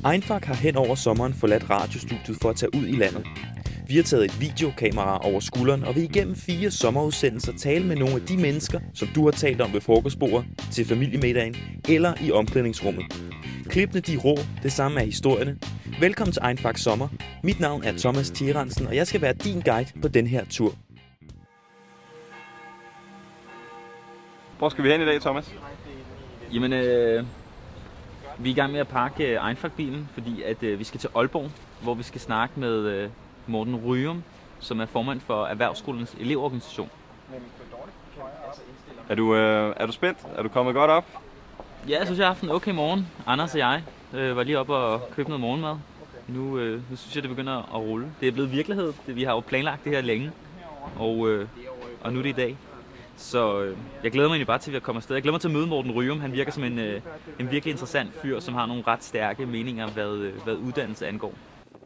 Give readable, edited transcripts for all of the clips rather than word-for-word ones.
Einfak har hen over sommeren forladt radiostudiet for at tage ud i landet. Vi har taget et videokamera over skulderen og vil igennem 4 sommerudsendelser tale med nogle af de mennesker, som du har talt om ved frokostbordet, til familiemiddagen eller i omklædningsrummet. Klippene de er rå, det samme er historierne. Velkommen til Einfak Sommer. Mit navn er Thomas Tierensen, og jeg skal være din guide på den her tur. Hvor skal vi hen i dag, Thomas? Jamen, vi er i gang med at parke Einfak-bilen, fordi at vi skal til Aalborg, hvor vi skal snakke med Morten Ryum, som er formand for Erhvervsskolernes elevorganisation. Er du spændt? Er du kommet godt op? Ja, jeg synes, jeg har haft en okay morgen. Anders og jeg var lige oppe og købte noget morgenmad. Nu synes jeg, det begynder at rulle. Det er blevet virkelighed. Vi har jo planlagt det her længe, og nu er det i dag. Så jeg glæder mig egentlig bare til, at vi kommer afsted. Jeg glæder mig til at møde Morten Ryum. Han virker som en virkelig interessant fyr, som har nogle ret stærke meninger, hvad uddannelse angår.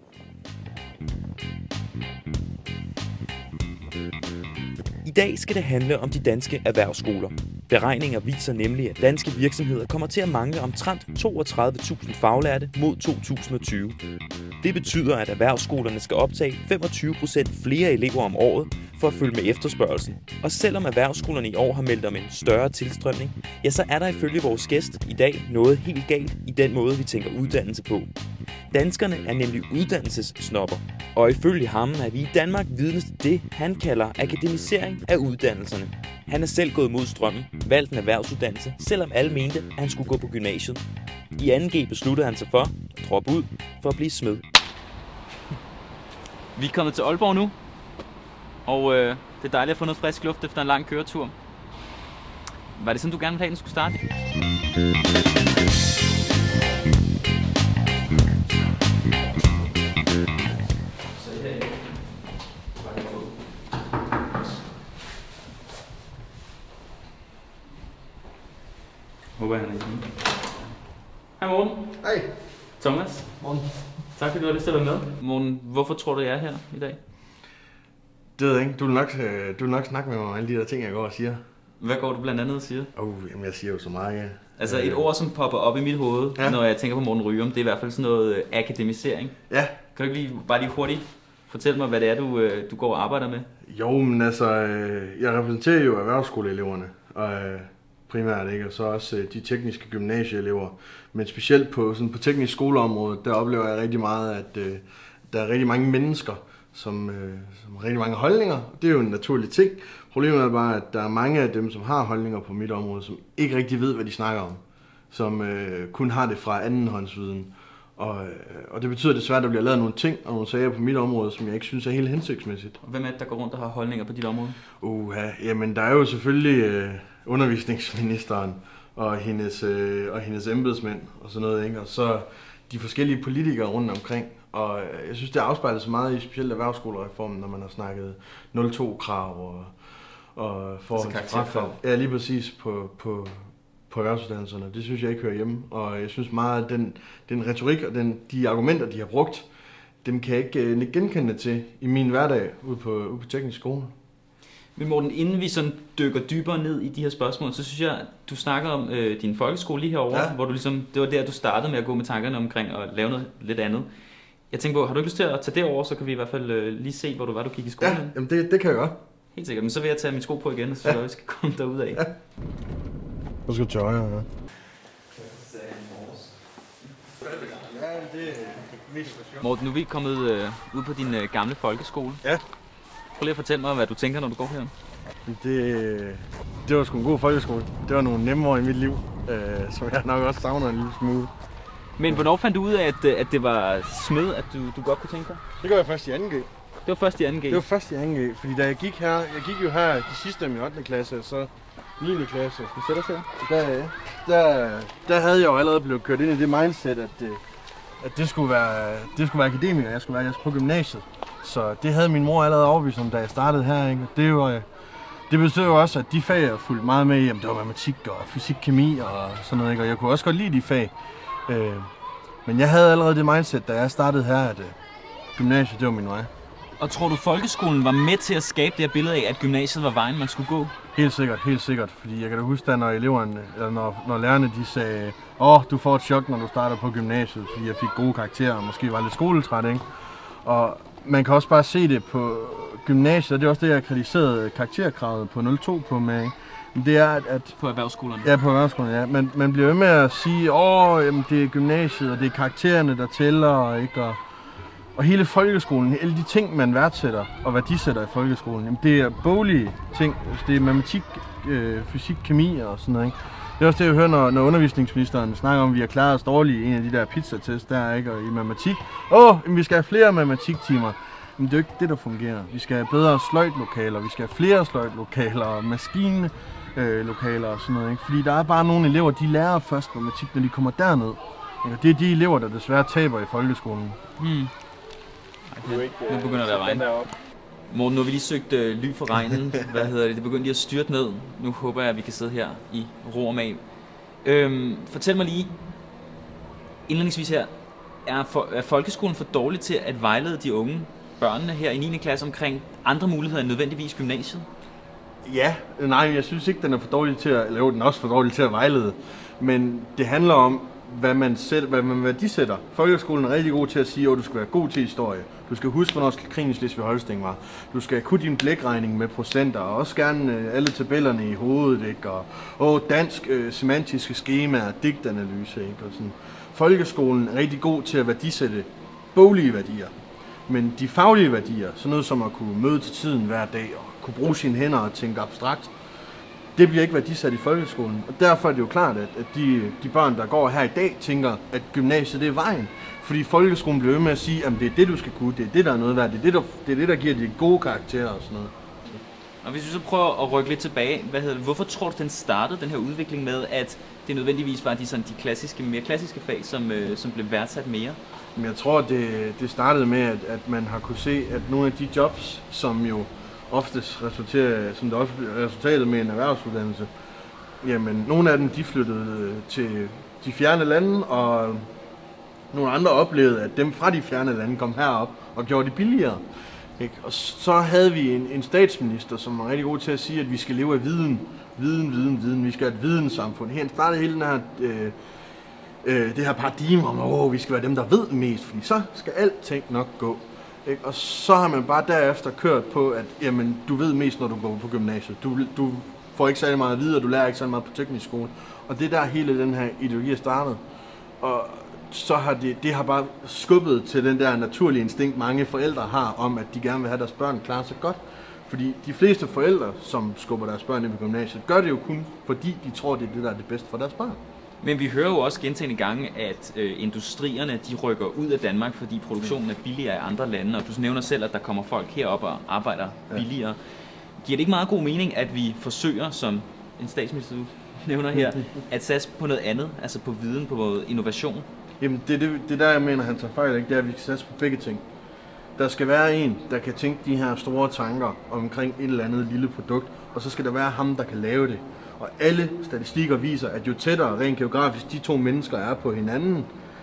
I dag skal det handle om de danske erhvervsskoler. Beregninger viser nemlig, at danske virksomheder kommer til at mangle omtrent 32.000 faglærte mod 2020. Det betyder, at erhvervsskolerne skal optage 25% flere elever om året for at følge med efterspørgelsen. Og selvom erhvervsskolerne i år har meldt om en større tilstrømning, ja, så er der ifølge vores gæst i dag noget helt galt i den måde, vi tænker uddannelse på. Danskerne er nemlig uddannelsessnopper, og ifølge ham er vi i Danmark vidne til det, han kalder akademisering af uddannelserne. Han er selv gået mod strømmen, valgt en erhvervsuddannelse, selvom alle mente, at han skulle gå på gymnasiet. I 2G besluttede han sig for at droppe ud for at blive smed. Vi er kommet til Aalborg nu, og det er dejligt at få noget frisk luft efter en lang køretur. Var det sådan, du gerne ville have, den skulle starte? Håber han er hjemme. Hej Morten. Hej. Thomas. Morten. Tak fordi du har lyst til at være med. Morten, hvorfor tror du, jeg er her i dag? Det ved jeg ikke. Du vil nok snakke med mig om alle de der ting, jeg går og siger. Hvad går du blandt andet og siger? Jamen jeg siger jo så meget, ja. Altså et ord, som popper op i mit hoved, ja, når jeg tænker på Morten Ryum, det er i hvert fald sådan noget akademisering. Ja. Kan du ikke bare lige hurtigt fortælle mig, hvad det er, du går og arbejder med? Jo, men altså, jeg repræsenterer jo erhvervsskoleeleverne, og primært, ikke? Og så også de tekniske gymnasieelever. Men specielt på teknisk skoleområde, der oplever jeg rigtig meget, at der er rigtig mange mennesker, som har rigtig mange holdninger. Det er jo en naturlig ting. Problemet er bare, at der er mange af dem, som har holdninger på mit område, som ikke rigtig ved, hvad de snakker om. Som kun har det fra andenhåndsviden. Og det betyder desværre, at der bliver lavet nogle ting og nogle sager på mit område, som jeg ikke synes er helt hensigtsmæssigt. Hvem er det, der går rundt og har holdninger på dit område? Jamen der er jo selvfølgelig undervisningsministeren og hendes embedsmænd og sådan noget, ikke? Og så de forskellige politikere rundt omkring. Og jeg synes, det afspejler så meget i specielt erhvervsskolereformen, når man har snakket 02-krav og forhold til frafald. Ja, lige præcis på erhvervsuddannelserne. Det synes jeg ikke hører hjemme. Og jeg synes meget, at den retorik og de argumenter, de har brugt, dem kan jeg ikke genkende til i min hverdag ude på teknisk skole. Men Morten, inden vi sådan dykker dybere ned i de her spørgsmål, så synes jeg, at du snakker om din folkeskole lige herovre, ja, hvor du ligesom, det var der, du startede med at gå med tankerne omkring at lave noget lidt andet. Jeg tænker på, har du ikke lyst til at tage det over, så kan vi i hvert fald lige se, hvor du gik i skolen? Ja, jamen det kan jeg godt. Helt sikkert, men så vil jeg tage mine sko på igen, så jeg skal komme derud af. Ja. Nu skal du til højre, ja. Morten, nu er vi kommet ud på din gamle folkeskole. Ja. Prøv lige at fortælle mig, hvad du tænker, når du går her. Det var sgu en god folkeskole. Det var nogle nemme år i mit liv, som jeg nok også savner en lille smule. Men hvornår fandt du ud af, at det var smed, at du godt kunne tænke dig? Det gør jeg først i 2G. Det var først i 2G? Det var først i 2G, fordi da jeg gik jo her de sidste af min 8. klasse, så 9. klasse. Du sætter sig her? Der havde jeg jo allerede blevet kørt ind i det mindset, at det skulle være akademiker, jeg skulle være på gymnasiet. Så det havde min mor allerede overbevist om, da jeg startede her, ikke? Det betød jo også, at de fag, jeg fulgte meget med i, det var matematik og fysik, kemi og sådan noget, ikke? Og jeg kunne også godt lide de fag. Men jeg havde allerede det mindset, da jeg startede her, at gymnasiet, det var min vej. Og tror du, folkeskolen var med til at skabe det her billede af, at gymnasiet var vejen, man skulle gå? Helt sikkert. Fordi jeg kan da huske, at når eleverne, eller når lærerne de sagde, du får et chok, når du starter på gymnasiet, fordi jeg fik gode karakterer og måske var lidt skoletræt, ikke? Og man kan også bare se det på gymnasiet, og det er også det, jeg kritiserede karakterkravet på 02 på med, ikke? Det er, at På erhvervsskolerne? Ja, på erhvervsskolerne, ja. Man bliver ved med at sige, jamen, det er gymnasiet, og det er karaktererne, der tæller, ikke? Og hele folkeskolen, alle de ting, man værdsætter og værdisætter i folkeskolen, jamen, det er boglige ting. Altså, det er matematik, fysik, kemi og sådan noget, ikke? Det er også det, jeg hører, når undervisningsministeren snakker om, at vi har klaret os dårligt i en af de der pizzatest der, ikke? Og i matematik. Vi skal have flere matematiktimer. Men det er jo ikke det, der fungerer. Vi skal have bedre sløjtlokaler, vi skal have flere sløjtlokaler og maskinlokaler og sådan noget, ikke? Fordi der er bare nogle elever, de lærer først matematik, når de kommer derned. Og det er de elever, der desværre taber i folkeskolen. Nu begynder det at regne. Morten, nu har vi lige søgt ly for regnen. Det begynder lige at styrte ned. Nu håber jeg, at vi kan sidde her i ro og mag. Fortæl mig lige, indledningsvis her, er folkeskolen for dårlig til at vejlede de unge børnene her i 9. klasse omkring andre muligheder end nødvendigvis gymnasiet? Ja, nej, jeg synes ikke, den er for dårlig til at, eller jo, den er også for dårlig til at vejlede. Men det handler om, hvad man værdisætter. Folkeskolen er rigtig god til at sige, at du skal være god til historie. Du skal huske, hvornår krigen i Slesvig-Holsten var. Du skal kunne din blækregning med procenter, og også gerne alle tabellerne i hovedet, ikke? Og dansk semantiske skemaer, digtanalyse, ikke? Og sådan. Folkeskolen er rigtig god til at værdisætte boglige værdier. Men de faglige værdier, sådan noget som at kunne møde til tiden hver dag, og kunne bruge sine hænder og tænke abstrakt, det bliver ikke værdisat i folkeskolen. Og derfor er det jo klart, at de børn, der går her i dag, tænker, at gymnasiet det er vejen. Fordi folkeskolen bliver ved med at sige, at det er det, du skal kunne, det er det, der er noget værd, det er det, der giver de gode karakterer og sådan noget. Og hvis vi så prøver at rykke lidt tilbage, hvorfor tror du, den startede, den her udvikling med, at det nødvendigvis var de mere klassiske fag, som blev værdsat mere? Men jeg tror, det startede med, at man har kunne se, at nogle af de jobs, som jo oftest resultatet med en erhvervsuddannelse, jamen nogle af dem, de flyttede til de fjerne lande, og nogle andre oplevede, at dem fra de fjerne lande kom herop og gjorde det billigere. Ikke? Og så havde vi en statsminister, som var rigtig god til at sige, at vi skal leve af viden. Vi skal have et videnssamfund. Her startede hele den her, det her paradigme om, at vi skal være dem, der ved mest, fordi så skal alting nok gå. Ikke? Og så har man bare derefter kørt på, at jamen, du ved mest, når du går på gymnasiet. Du får ikke særlig meget at vide, og du lærer ikke særlig meget på teknisk skole. Og det er der hele den her ideologi er startet. Og så har det har bare skubbet til den der naturlige instinkt, mange forældre har, om at de gerne vil have deres børn klare sig godt. Fordi de fleste forældre, som skubber deres børn ind på gymnasiet, gør det jo kun, fordi de tror, det er det, der er det bedste for deres børn. Men vi hører jo også gentagne gange, at industrierne de rykker ud af Danmark, fordi produktionen er billigere i andre lande, og du nævner selv, at der kommer folk herop og arbejder billigere. Giver det ikke meget god mening, at vi forsøger, som en statsminister nævner her, at satse på noget andet, altså på viden, på noget innovation? Jamen det der, jeg mener, han tager fejl, ikke? Det er, at vi skal satse på begge ting. Der skal være en, der kan tænke de her store tanker omkring et eller andet lille produkt, og så skal der være ham, der kan lave det. Og alle statistikker viser, at jo tættere rent geografisk de to mennesker er på hinanden,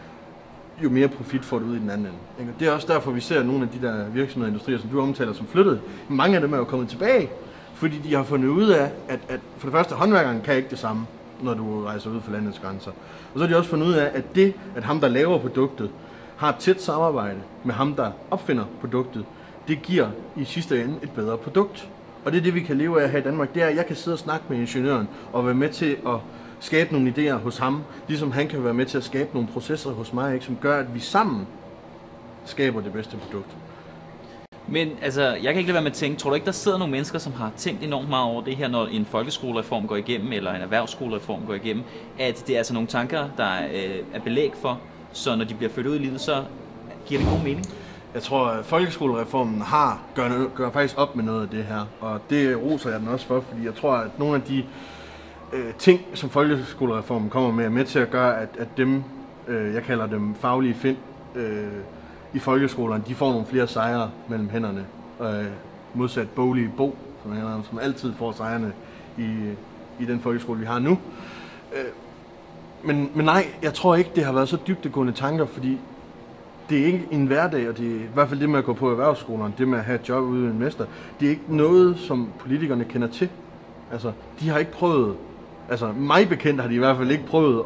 jo mere profit får du ud i den anden ende. Det er også derfor, vi ser nogle af de der virksomheder og industrier, som du omtaler, som flyttede. Mange af dem er jo kommet tilbage, fordi de har fundet ud af, at for det første, håndværkeren kan ikke det samme, når du rejser ud for landets grænser. Og så har de også fundet ud af, at ham, der laver produktet, har et tæt samarbejde med ham, der opfinder produktet. Det giver i sidste ende et bedre produkt. Og det er det, vi kan leve af her i Danmark. Det er, at jeg kan sidde og snakke med ingeniøren og være med til at skabe nogle idéer hos ham, ligesom han kan være med til at skabe nogle processer hos mig, ikke, som gør, at vi sammen skaber det bedste produkt. Men altså, jeg kan ikke lade være med at tænke, tror du ikke, der sidder nogle mennesker, som har tænkt enormt meget over det her, når en folkeskolereform går igennem, eller en erhvervsskolereform går igennem, at det er altså nogle tanker, der er belæg for, så når de bliver født ud i livet, så giver det god mening? Jeg tror, at folkeskolereformen gør faktisk op med noget af det her, og det roser jeg den også for, fordi jeg tror, at nogle af de ting, som folkeskolereformen kommer med, er med til at gøre, at dem, jeg kalder dem faglige find, i folkeskolerne, de får nogle flere sejre mellem hænderne, modsat boglige Bo, som altid får sejrene i den folkeskole, vi har nu. Men nej, jeg tror ikke, det har været så dybdegående tanker, fordi det er ikke en hverdag, og det er i hvert fald det med at gå på erhvervsskolerne, det med at have et job ude ved en mester, det er ikke noget, som politikerne kender til. Altså, de har ikke prøvet, altså mig bekendt har de i hvert fald ikke prøvet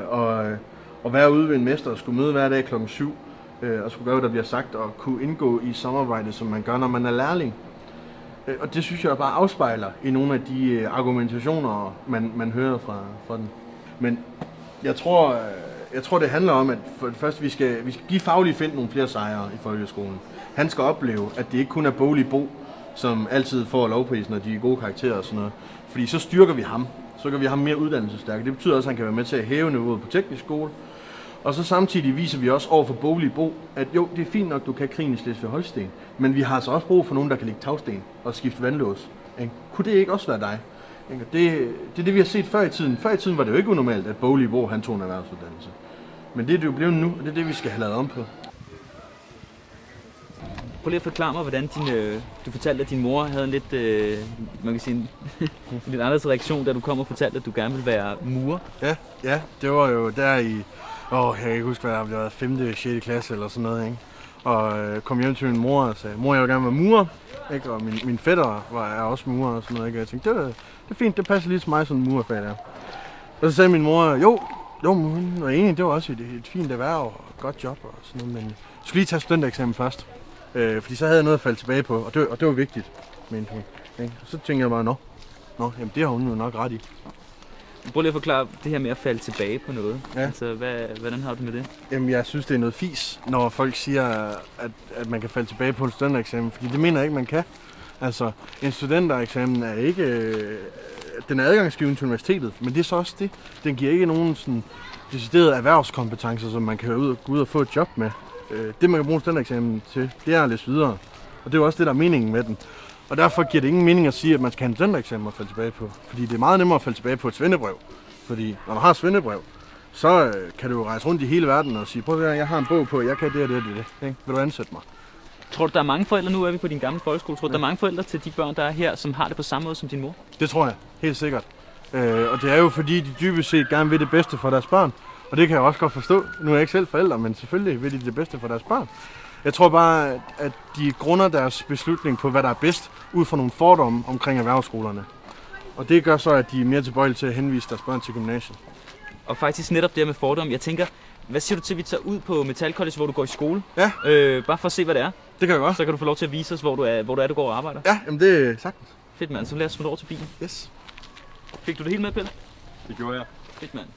at være ude ved en mester og skulle møde hver dag klokken 7, og skulle gøre, hvad der bliver sagt, og kunne indgå i samarbejde, som man gør, når man er lærling. Og det synes jeg bare afspejler i nogle af de argumentationer, man hører fra den. Men jeg tror, det handler om, at for det første, vi skal give faglige Finn nogle flere sejre i folkeskolen. Han skal opleve, at det ikke kun er Boglig Bo, som altid får lovprisen og de gode karakterer og sådan noget. Fordi så styrker vi ham. Så gør vi ham mere uddannelsesstærk. Det betyder også, at han kan være med til at hæve niveauet på teknisk skole. Og så samtidig viser vi også over for Boglig Bo, at jo, det er fint nok, du kan krigen i Slesvig-Holsten, men vi har altså også brug for nogen, der kan lægge tagsten og skifte vandlås. Kunne det ikke også være dig? Det er det, vi har set før i tiden. Før i tiden var det jo ikke unormalt, at Boglig Bo han tog en erhvervsuddannelse. Men det er det jo blevet nu, og det er det, vi skal have lavet om på. Prøv lige at forklare mig, hvordan du fortalte, at din mor havde en lidt, man kan sige, en lidt anderledes reaktion, da du kom og fortalte, at du gerne ville være murer. Ja, det var jo der i, jeg kan ikke huske, hvad der var 5. 6. klasse eller sådan noget, ikke? Og kom hjem til min mor og sagde, mor, jeg vil gerne være murer, ikke? Og min fætter er også murer og sådan noget, ikke? Og jeg tænkte, det er fint, det passer lige til mig, sådan en murerfag der. Og så sagde min mor, jo, hun var enig, det var også et fint erhverv og et godt job og sådan noget, men jeg skulle lige tage studentereksamen først. Fordi så havde jeg noget at falde tilbage på, og det var vigtigt, mente hun. Ikke? Så tænkte jeg bare, jamen det har hun jo nok ret i. Prøv lige at forklare det her med at falde tilbage på noget. Ja. Altså, hvordan har du med det? Jamen, jeg synes, det er noget fis, når folk siger, at man kan falde tilbage på en studentereksamen, fordi det mener jeg ikke, man kan. Altså, en studentereksamen er ikke... den er adgangsgivende til universitetet, men det er så også det. Den giver ikke nogen sådan deciderede erhvervskompetencer, som man kan gå ud og få et job med. Det, man kan bruge studentereksamen til, det er at læse videre. Og det er jo også det, der er meningen med den. Og derfor giver det ingen mening at sige, at man skal have en studentereksamen at falde tilbage på. Fordi det er meget nemmere at falde tilbage på et svendebrev. Fordi når man har et svendebrev, så kan du jo rejse rundt i hele verden og sige, prøv at jeg har en bog på, jeg kan det og det og det. Ikke? Vil du ansætte mig? Tror du, der er mange forældre, nu er vi på din gamle folkeskole, tror du, der er mange forældre til de børn, der er her, som har det på samme måde som din mor? Det tror jeg, helt sikkert. Og det er jo fordi, de dybest set gerne vil det bedste for deres børn. Og det kan jeg også godt forstå. Nu er jeg ikke selv forældre, men selvfølgelig vil de det bedste for deres børn. Jeg tror bare, at de grunder deres beslutning på, hvad der er bedst, ud fra nogle fordomme omkring erhvervsskolerne. Og det gør så, at de er mere tilbøjelige til at henvise deres børn til gymnasiet. Og faktisk netop det med fordomme. Jeg tænker, hvad siger du til, at vi tager ud på Metal College, hvor du går i skole? Ja. Bare for at se, hvad det er. Det kan jeg godt. Så kan du få lov til at vise os, hvor du er, du går og arbejder. Ja, jamen det er sagtens. Fedt, mand. Så lad os få over til bilen. Yes. Fik du det helt med, Pelle? Det gjorde jeg. Fedt, mand.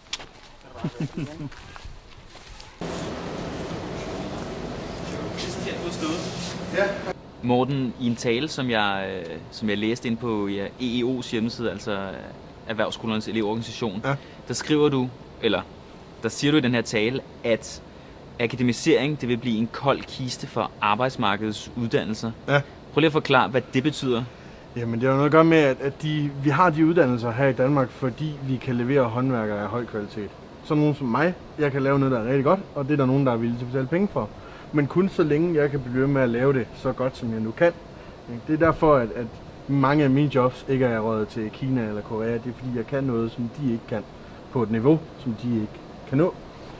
Ja. Morten, i en tale, som jeg læste ind på EEO's hjemmeside, altså Erhvervsskolernes Elevorganisation, ja. Der skriver du, eller der siger du i den her tale, at akademisering, det vil blive en kold kiste for arbejdsmarkedets uddannelser. Ja. Prøv lige at forklare, hvad det betyder. Jamen det har noget at gøre med, at vi har de uddannelser her i Danmark, fordi vi kan levere håndværkere af høj kvalitet. Så nogen som mig, jeg kan lave noget, der er rigtig godt, og det er der nogen, der er villige til at betale penge for. Men kun så længe jeg kan blive ved med at lave det så godt, som jeg nu kan. Det er derfor, at mange af mine jobs ikke er røget til Kina eller Korea. Det er fordi, jeg kan noget, som de ikke kan, på et niveau, som de ikke kan nå.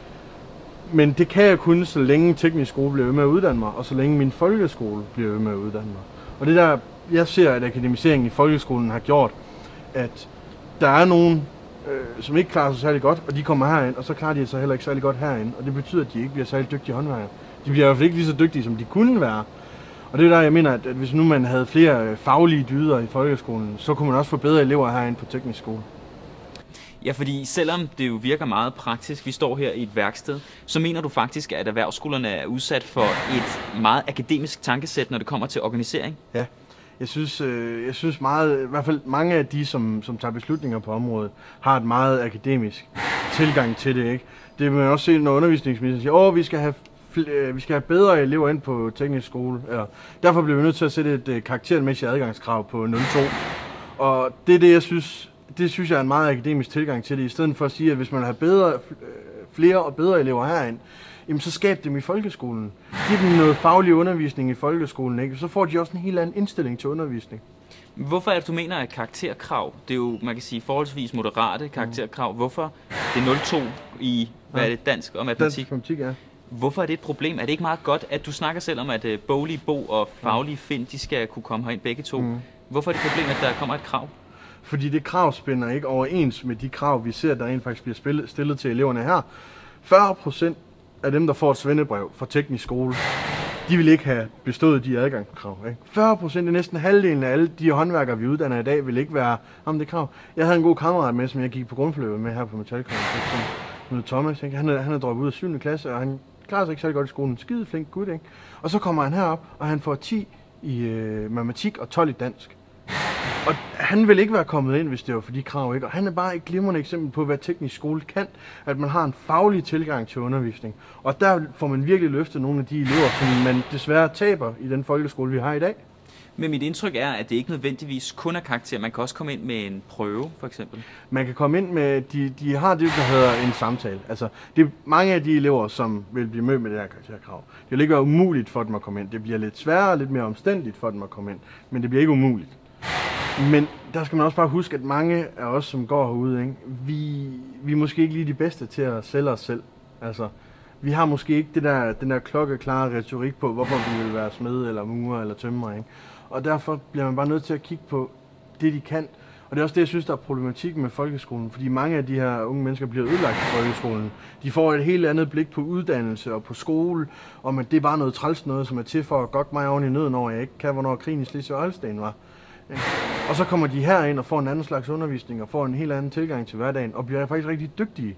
Men det kan jeg kun, så længe teknisk skole bliver ved med at uddanne mig, og så længe min folkeskole bliver ved med at uddanne mig. Og det der, jeg ser, at akademiseringen i folkeskolen har gjort, at der er nogen, som ikke klarer sig særlig godt, og de kommer herind, og så klarer de sig heller ikke særlig godt herind. Og det betyder, at de ikke bliver særlig dygtige håndværkere. De bliver i hvert fald ikke lige så dygtige, som de kunne være. Og det er der, jeg mener, at hvis nu man havde flere faglige dyder i folkeskolen, så kunne man også få bedre elever herinde på teknisk skole. Ja, fordi selvom det jo virker meget praktisk, vi står her i et værksted, så mener du faktisk, at erhvervsskolerne er udsat for et meget akademisk tankesæt, når det kommer til organisering? Ja, jeg synes meget, i hvert fald mange af de, som tager beslutninger på området, har et meget akademisk tilgang til det, ikke? Det vil man også se, når undervisningsministeren siger, vi skal have bedre elever ind på teknisk skole. Eller, derfor bliver vi nødt til at sætte et karaktermæssigt adgangskrav på 0,2. Og det er det, jeg synes, jeg er en meget akademisk tilgang til det, i stedet for at sige, at hvis man har flere og bedre elever herind, jamen så skab dem i folkeskolen. Giv dem noget faglig undervisning i folkeskolen, ikke? Så får de også en helt anden indstilling til undervisning. Hvorfor er det, du mener, at karakterkrav, det er jo, man kan sige, forholdsvis moderate karakterkrav, hvorfor det er 0,2 i, hvad er det, dansk og matematik? Dansk og matematik, ja. Hvorfor er det et problem? Er det ikke meget godt, at du snakker selv om, at boglige Bo og faglige Finn, de skal kunne komme herind begge to? Hvorfor er det et problem, at der kommer et krav? Fordi det krav spænder ikke overens med de krav, vi ser, der rent faktisk bliver stillet til eleverne her. 40% af dem, der får et svendebrev fra teknisk skole, de vil ikke have bestået de adgangskrav. Ikke? 40%, det er næsten halvdelen af alle de håndværkere, vi uddanner i dag, vil ikke være om det krav. Jeg havde en god kammerat med, som jeg gik på grundforløbet med her på Metalkongen, med Thomas. Ikke? Han er droppet ud af 7. klasse, og han klarer sig ikke særlig godt i skolen. Skide flink gut, ikke? Og så kommer han herop, og han får 10 i matematik og 12 i dansk. Og han vil ikke være kommet ind, hvis det var for de krav, ikke? Og han er bare et glimrende eksempel på, hvad teknisk skole kan. At man har en faglig tilgang til undervisning. Og der får man virkelig løftet nogle af de elever, som man desværre taber i den folkeskole, vi har i dag. Men mit indtryk er, at det ikke nødvendigvis kun er karakter. Man kan også komme ind med en prøve, for eksempel. Man kan komme ind med, de har det, der hedder en samtale. Altså, det er mange af de elever, som vil blive mødt med det her karakterkrav. Det vil ikke være umuligt for dem at komme ind. Det bliver lidt sværere og lidt mere omstændigt for dem at komme ind. Men det bliver ikke umuligt. Men der skal man også bare huske, at mange af os, som går herude, ikke, vi er måske ikke lige de bedste til at sælge os selv. Altså, vi har måske ikke den der klokkeklare retorik på, hvorfor vi vil være smed eller murer eller tømrer. Ikke? Og derfor bliver man bare nødt til at kigge på det, de kan. Og det er også det, jeg synes, der er problematik med folkeskolen. Fordi mange af de her unge mennesker bliver ødelagt i folkeskolen. De får et helt andet blik på uddannelse og på skole. Og at det er bare noget træls noget, som er til for at gokke mig oven i nøden, når jeg ikke kan, hvornår krigen i Slesvig-Holsten var. Og så kommer de herind og får en anden slags undervisning og får en helt anden tilgang til hverdagen og bliver faktisk rigtig dygtige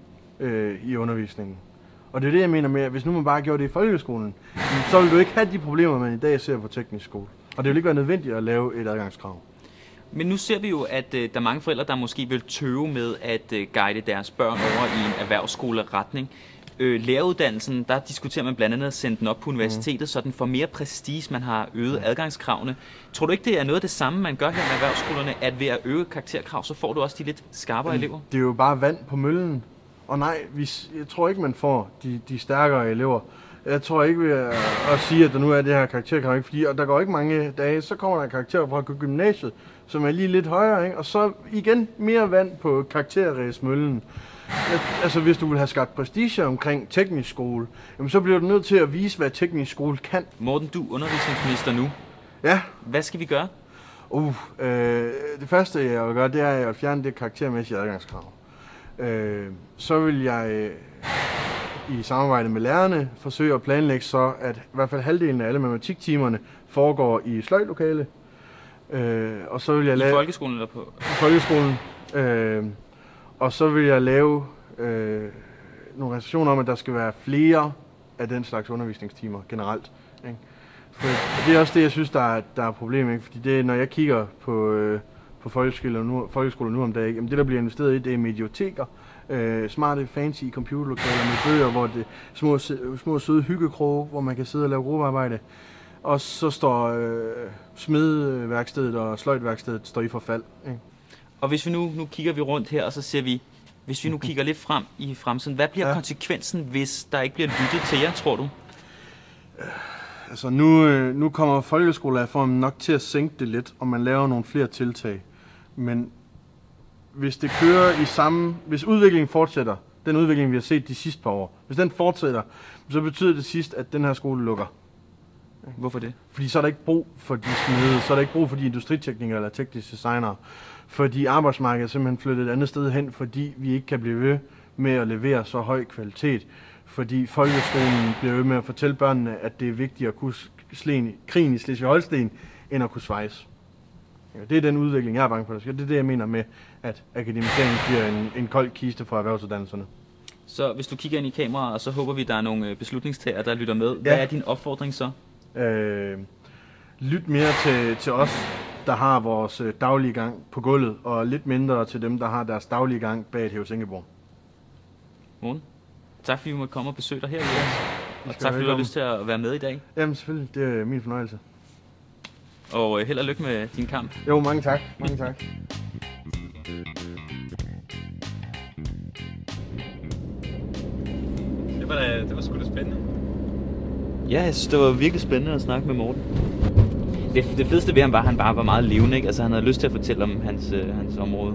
i undervisningen. Og det er det, jeg mener med, at hvis nu man bare gjorde det i folkeskolen, så vil du ikke have de problemer, man i dag ser på teknisk skole. Og det vil ikke være nødvendigt at lave et adgangskrav. Men nu ser vi jo, at der er mange forældre, der måske vil tøve med at guide deres børn over i en erhvervsskoleretning. Læreruddannelsen, der diskuterer man blandt andet at sende den op på universitetet, så den får mere prestige, man har øget adgangskravene. Tror du ikke, det er noget af det samme, man gør her med erhvervsskolerne, at ved at øge karakterkrav, så får du også de lidt skarpere elever? Det er jo bare vand på møllen. Og nej, jeg tror ikke, man får de stærkere elever. Jeg tror ikke ved at sige, at der nu er det her karakterkrav, ikke? Fordi og der går ikke mange dage, så kommer der karakterer fra gymnasiet, som er lige lidt højere, ikke? Og så igen mere vand på karakterræsmøllen. Altså hvis du vil have skabt prestige omkring teknisk skole, jamen, så bliver du nødt til at vise, hvad teknisk skole kan. Morten, du er undervisningsminister nu. Ja. Hvad skal vi gøre? Det første, jeg vil gøre, det er at fjerne det karaktermæssige adgangskrav. Så vil jeg i samarbejde med lærerne forsøge at planlægge så, at i hvert fald halvdelen af alle matematiktimerne foregår i sløjdlokale. Og så vil jeg lave... I folkeskolen eller på? I folkeskolen. Og så vil jeg lave nogle restriktioner om, at der skal være flere af den slags undervisningstimer generelt. Ikke? For det er også det, jeg synes, der er problem, ikke? Fordi det, når jeg kigger på folkeskoler nu om dagen, jamen det, der bliver investeret i, det er medioteker, smarte, fancy computerlokaler med bøger, hvor det små søde hyggekroge, hvor man kan sidde og lave gruppearbejde. Og så står smedeværkstedet og sløjdværkstedet står i forfald. Ikke? Og hvis vi nu kigger vi rundt her, og så ser vi, hvis vi nu kigger lidt frem i fremtiden, hvad bliver konsekvensen, hvis der ikke bliver lyttet til jer, tror du? Altså nu kommer folkeskolereformen nok til at sænke det lidt, og man laver nogle flere tiltag. Men hvis det kører hvis udviklingen fortsætter, den udvikling vi har set de sidste par år, hvis den fortsætter, så betyder det sidst, at den her skole lukker. Hvorfor det? Fordi så er der ikke brug for de smede, så er der ikke brug for de industriteknikere eller tekniske designere. Fordi arbejdsmarkedet er simpelthen flyttet et andet sted hen, fordi vi ikke kan blive ved med at levere så høj kvalitet. Fordi folkeskolen bliver ved med at fortælle børnene, at det er vigtigt at kunne krigen i Slesvig-Holsten, end at kunne svejse. Ja, det er den udvikling, jeg er bange for. Det er det, jeg mener med, at akademiseringen bliver en kold kiste for erhvervsuddannelserne. Så hvis du kigger ind i kameraet, og så håber vi, der er nogle beslutningstagere, der lytter med. Hvad er din opfordring så? Lyt mere til os, der har vores daglige gang på gulvet, og lidt mindre til dem, der har deres daglige gang bag et Hævesingeborg. Morten, tak fordi vi måtte komme og besøge dig her, og tak fordi du har lyst til at være med i dag. Jamen selvfølgelig, det er min fornøjelse. Og held og lykke med din kamp. Jo, mange tak. Mange tak. Det var sgu da spændende. Ja, jeg synes, det var virkelig spændende at snakke med Morten. Det fedeste ved ham var, at han bare var meget levende, ikke? Altså, han havde lyst til at fortælle om hans område.